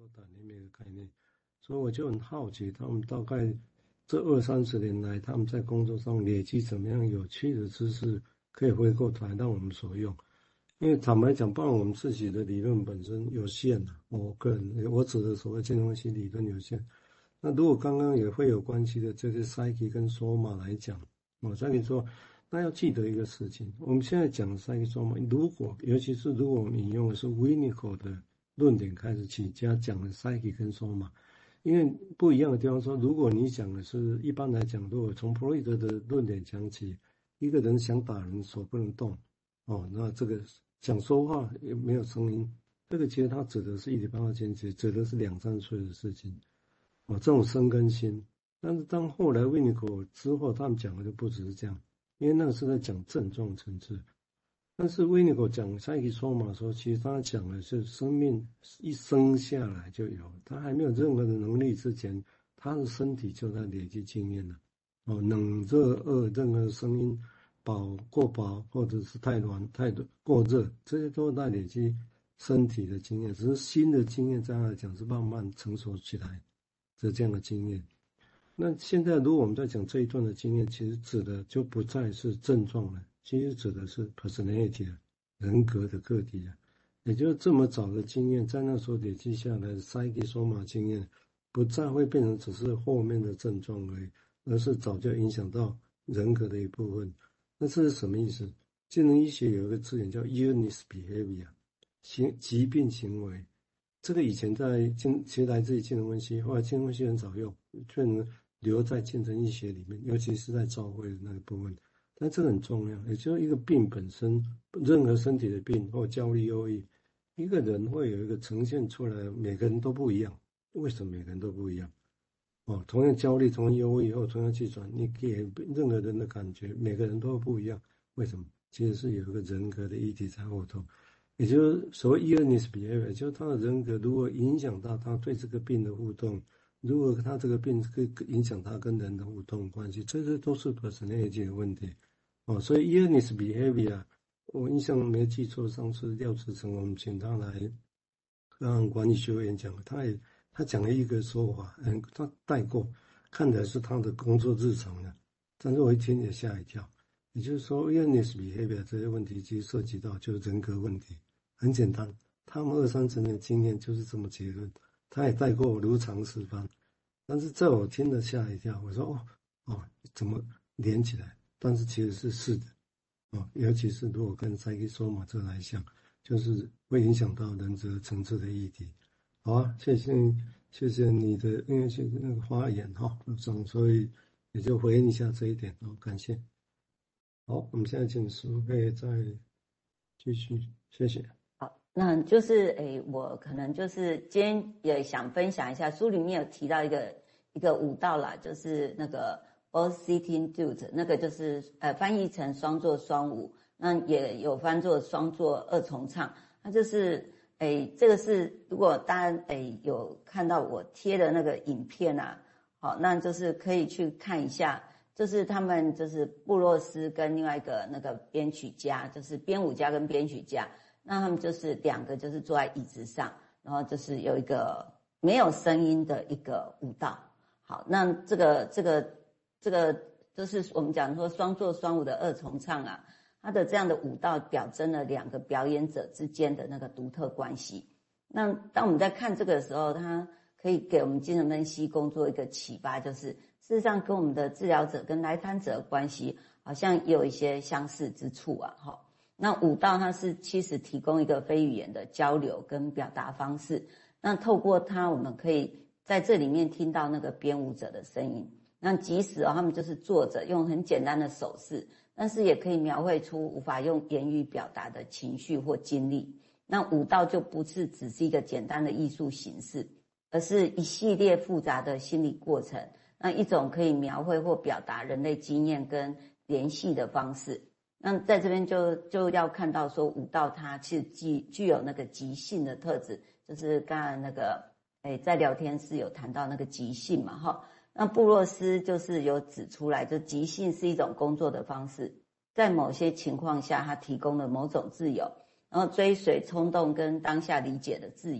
Dynamic 的概念，所以我就很好奇，他们大概这20-30年来，他们在工作上累积怎么样有趣的知识，可以回过头来让我们所用。因为坦白讲，包括我们自己的理论本身有限啊，我个人我指的所谓金融分析理论有限。那如果刚刚也会有关系的这些 Psyche 跟 Soma 来讲，我再跟你说，那要记得一个事情，我们现在讲 Psyche Soma，尤其是如果我们引用的是 Winnicott 的论点开始起家讲的 Psyche 跟 Soma， 因为不一样的地方说，如果你讲的是一般来讲，如果从弗洛伊德的论点讲起，一个人想打人手不能动，那这个想说话也没有声音，这个其实他指的是1.8千节，指的是2-3岁的事情。这种生根心，但是当后来维尼口之后，他们讲的就不只是这样，因为那个是在讲症状层次。但是维尼口讲下一个说嘛说，其实他讲的是生命一生下来就有，他还没有任何的能力之前，他的身体就在累积经验了。冷热恶任何声音，过饱或者是太暖太过热，这些都在累积身体的经验，只是新的经验在他来讲是慢慢成熟起来。这样的经验，那现在如果我们在讲这一段的经验，其实指的就不再是症状了，其实指的是 personality 人格的个体了。也就是这么早的经验，在那时候累积下来的 Psyche Soma 经验，不再会变成只是后面的症状而已，而是早就影响到人格的一部分。那这是什么意思？精神医学有一个字眼叫 illness behavior， 疾病行为。这个以前其实来自于精神分析，后来精神分析很少用，却能留在精神医学里面，尤其是在照会的那个部分。但这个很重要，也就是一个病本身，任何身体的病或焦虑、忧郁，一个人会有一个呈现出来，每个人都不一样。为什么每个人都不一样？同样焦虑、同样忧郁或同样气喘，你给任何人的感觉，每个人都不一样。为什么？其实是有一个人格的议题在后头。也就是所谓 illness behavior， 就是他的人格如果影响到他对这个病的互动，如果他这个病可以影响他跟人的互动关系，这些都是 personality 的问题。所以 illness behavior， 我印象没记错，上次廖志成我们请他来让管理学会演讲，他讲了一个说法，他带过，看起来是他的工作日常的，但是我一听也吓一跳。也就是说 illness behavior 这些问题其实涉及到就是人格问题。很简单，他们20-30年的经验就是这么结论。他也带过如常示范，但是这我听了吓一跳，我说怎么连起来？但是其实是的，尤其是如果跟 Psyche Soma 这来想，就是会影响到人格层次的议题。好啊，谢谢你的，因为是那个发言所以也就回应一下这一点，感谢。好，我们现在请苏慧再继续，谢谢。 好，那就是我可能就是今天也想分享一下，书里面有提到一个舞蹈啦，就是那个 Both Sitting Duet， 那个就是翻译成双座双舞，那也有翻作双座二重唱。那就是这个是如果大家有看到我贴的那个影片啊，好，那就是可以去看一下。就是他们就是布洛斯跟另外一个那个编曲家，就是编舞家跟编曲家，那他们就是两个就是坐在椅子上，然后就是有一个没有声音的一个舞蹈。好，那这个就是我们讲说双座双舞的二重唱啊，它的这样的舞蹈表征了两个表演者之间的那个独特关系。那当我们在看这个的时候，它可以给我们精神分析工作一个启发，就是事实上跟我们的治疗者跟来谈者的关系好像也有一些相似之处啊。那舞蹈它是其实提供一个非语言的交流跟表达方式，那透过它我们可以在这里面听到那个编舞者的声音，那即使他们就是坐着用很简单的手势，但是也可以描绘出无法用言语表达的情绪或经历。那舞蹈就不是只是一个简单的艺术形式，而是一系列复杂的心理过程，那一种可以描绘或表达人类经验跟联系的方式。那在这边就要看到说舞蹈它其实具有那个即兴的特质，就是刚才那个在聊天室有谈到那个即兴嘛那布洛斯就是有指出来，就即兴是一种工作的方式，在某些情况下它提供了某种自由，然后追随冲动跟当下理解的自由，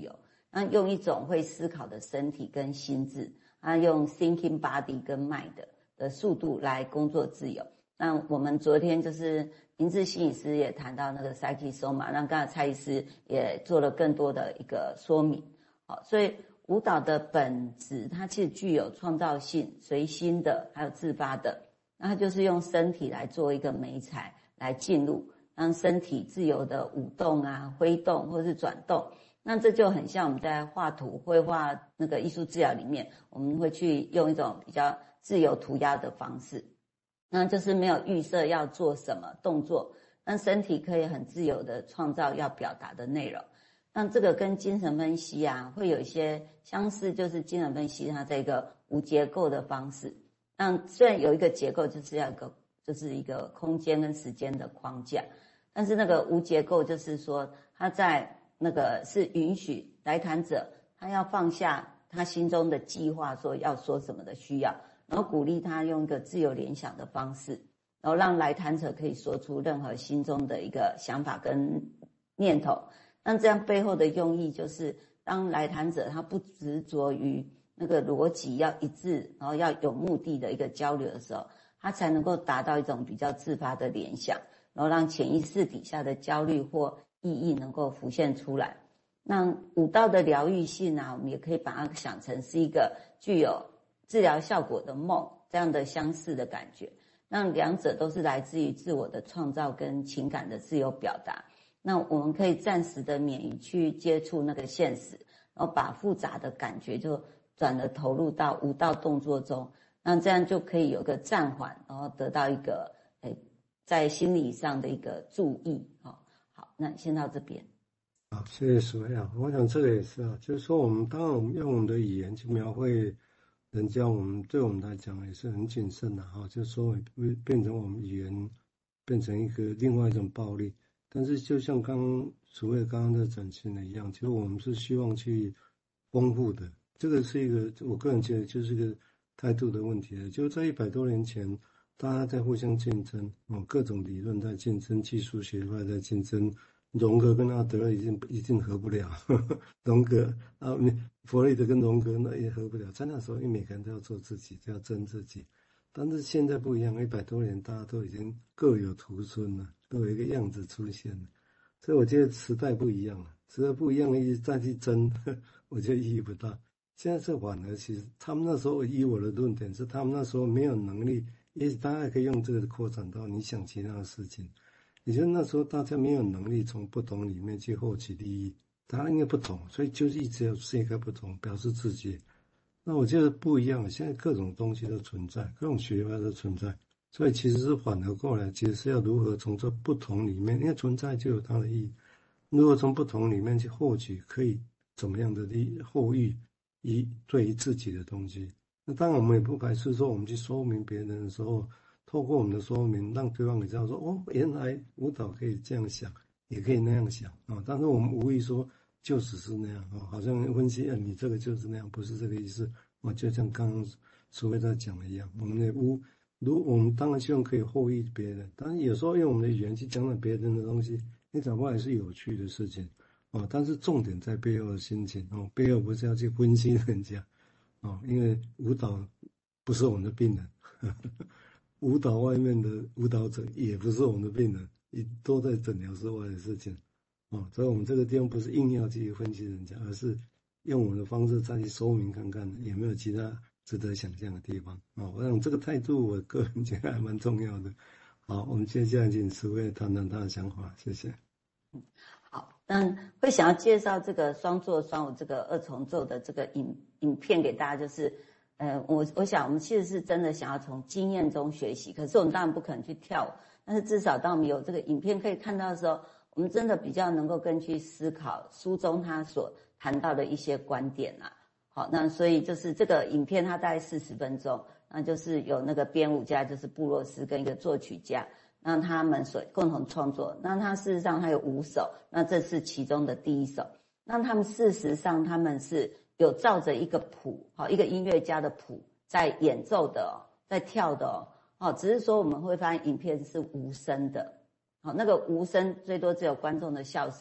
那用一种会思考的身体跟心智，用 thinking body 跟 mind 的速度来工作自由。那我们昨天就是林志心理师也谈到那个 Psychosoma， 那刚才蔡医师也做了更多的一个说明。好，所以舞蹈的本质它其实具有创造性、随心的还有自发的，那它就是用身体来做一个媒材来进入，让身体自由的舞动啊、挥动或是转动。那这就很像我们在画图、绘画那个艺术治疗里面，我们会去用一种比较自由涂鸦的方式，那就是没有预设要做什么动作，让身体可以很自由的创造要表达的内容。那这个跟精神分析啊会有一些相似，就是精神分析它这个无结构的方式。那虽然有一个结构就是一个空间跟时间的框架，但是那个无结构就是说它在那个是允许来谈者他要放下他心中的计划，说要说什么的需要，然后鼓励他用一个自由联想的方式，然后让来谈者可以说出任何心中的一个想法跟念头。那这样背后的用意就是当来谈者他不执着于那个逻辑要一致，然后要有目的的一个交流的时候，他才能够达到一种比较自发的联想，然后让潜意识底下的焦虑或意义能够浮现出来。那舞蹈的疗愈性啊，我们也可以把它想成是一个具有治疗效果的梦，这样的相似的感觉。那两者都是来自于自我的创造跟情感的自由表达。那我们可以暂时的免于去接触那个现实，然后把复杂的感觉就转而投入到舞蹈动作中。那这样就可以有个暂缓，然后得到一个在心理上的一个注意。好，那先到这边。 好，谢谢苏亚。我想这个也是啊，就是说当然我们用我们的语言去描绘人家，对我们来讲也是很谨慎的哈，就是说会变成我们语言变成一个另外一种暴力。但是就像苏亚刚刚在展现的一样，其实我们是希望去丰富的，这个是一个我个人觉得就是一个态度的问题了。就在100多年前，大家在互相竞争，各种理论在竞争，技术学派在竞争。荣格跟阿德勒一定合不了，荣格弗洛伊德跟荣格那也合不了。在那时候，因为每个人都要做自己，都要争自己。但是现在不一样，100多年大家都已经各有徒孙了，都有一个样子出现了。所以我觉得时代不一样了，时代不一样，一直再去争，我觉得意义不大。现在是反而，其实他们那时候以我的论点是，他们那时候没有能力，也许大家可以用这个扩展到你想其他的事情。也就是那时候大家没有能力从不同里面去获取利益，大家应该不同，所以就是一直要是一个不同，表示自己。那我觉得不一样，现在各种东西都存在，各种学派都存在，所以其实是反而过来，其实是要如何从这不同里面，因为存在就有它的意义，如何从不同里面去获取可以怎么样的后益对于自己的东西。那当然我们也不排斥说我们去说明别人的时候，透过我们的说明，让对方也知道说，原来舞蹈可以这样想，也可以那样想啊。但是我们无意说就只是那样啊，好像分析你这个就是那样，不是这个意思。就像刚刚苏菲在讲的一样，我们当然希望可以获益别人，但是有时候用我们的语言去讲讲别人的东西，你讲过来是有趣的事情但是重点在背后的心情背后不是要去分析人家因为舞蹈不是我们的病人。舞蹈外面的舞蹈者也不是我们的病人，都在诊疗之外的事情所以我们这个地方不是硬要去分析人家，而是用我们的方式再去说明看看有没有其他值得想象的地方我想这个态度我个人觉得还蛮重要的。好，我们接下来请苏菲谈谈他的想法，谢谢。 好，会想要介绍这个双做双舞这个二重奏的这个影片给大家，就是我想我们其实是真的想要从经验中学习，可是我们当然不可能去跳舞，但是至少当我们有这个影片可以看到的时候，我们真的比较能够更去思考书中他所谈到的一些观点好，那所以就是这个影片它大概40分钟，那就是有那个编舞家就是布洛斯跟一个作曲家，那他们所共同创作，那他事实上他有5首，那这是其中的第1首，那他们事实上他们是有照着一个谱，一个音乐家的谱在演奏的在跳的只是说我们会发现影片是无声的，那个无声最多只有观众的笑声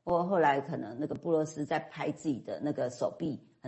或后来可能那个布洛斯在拍自己的那个手臂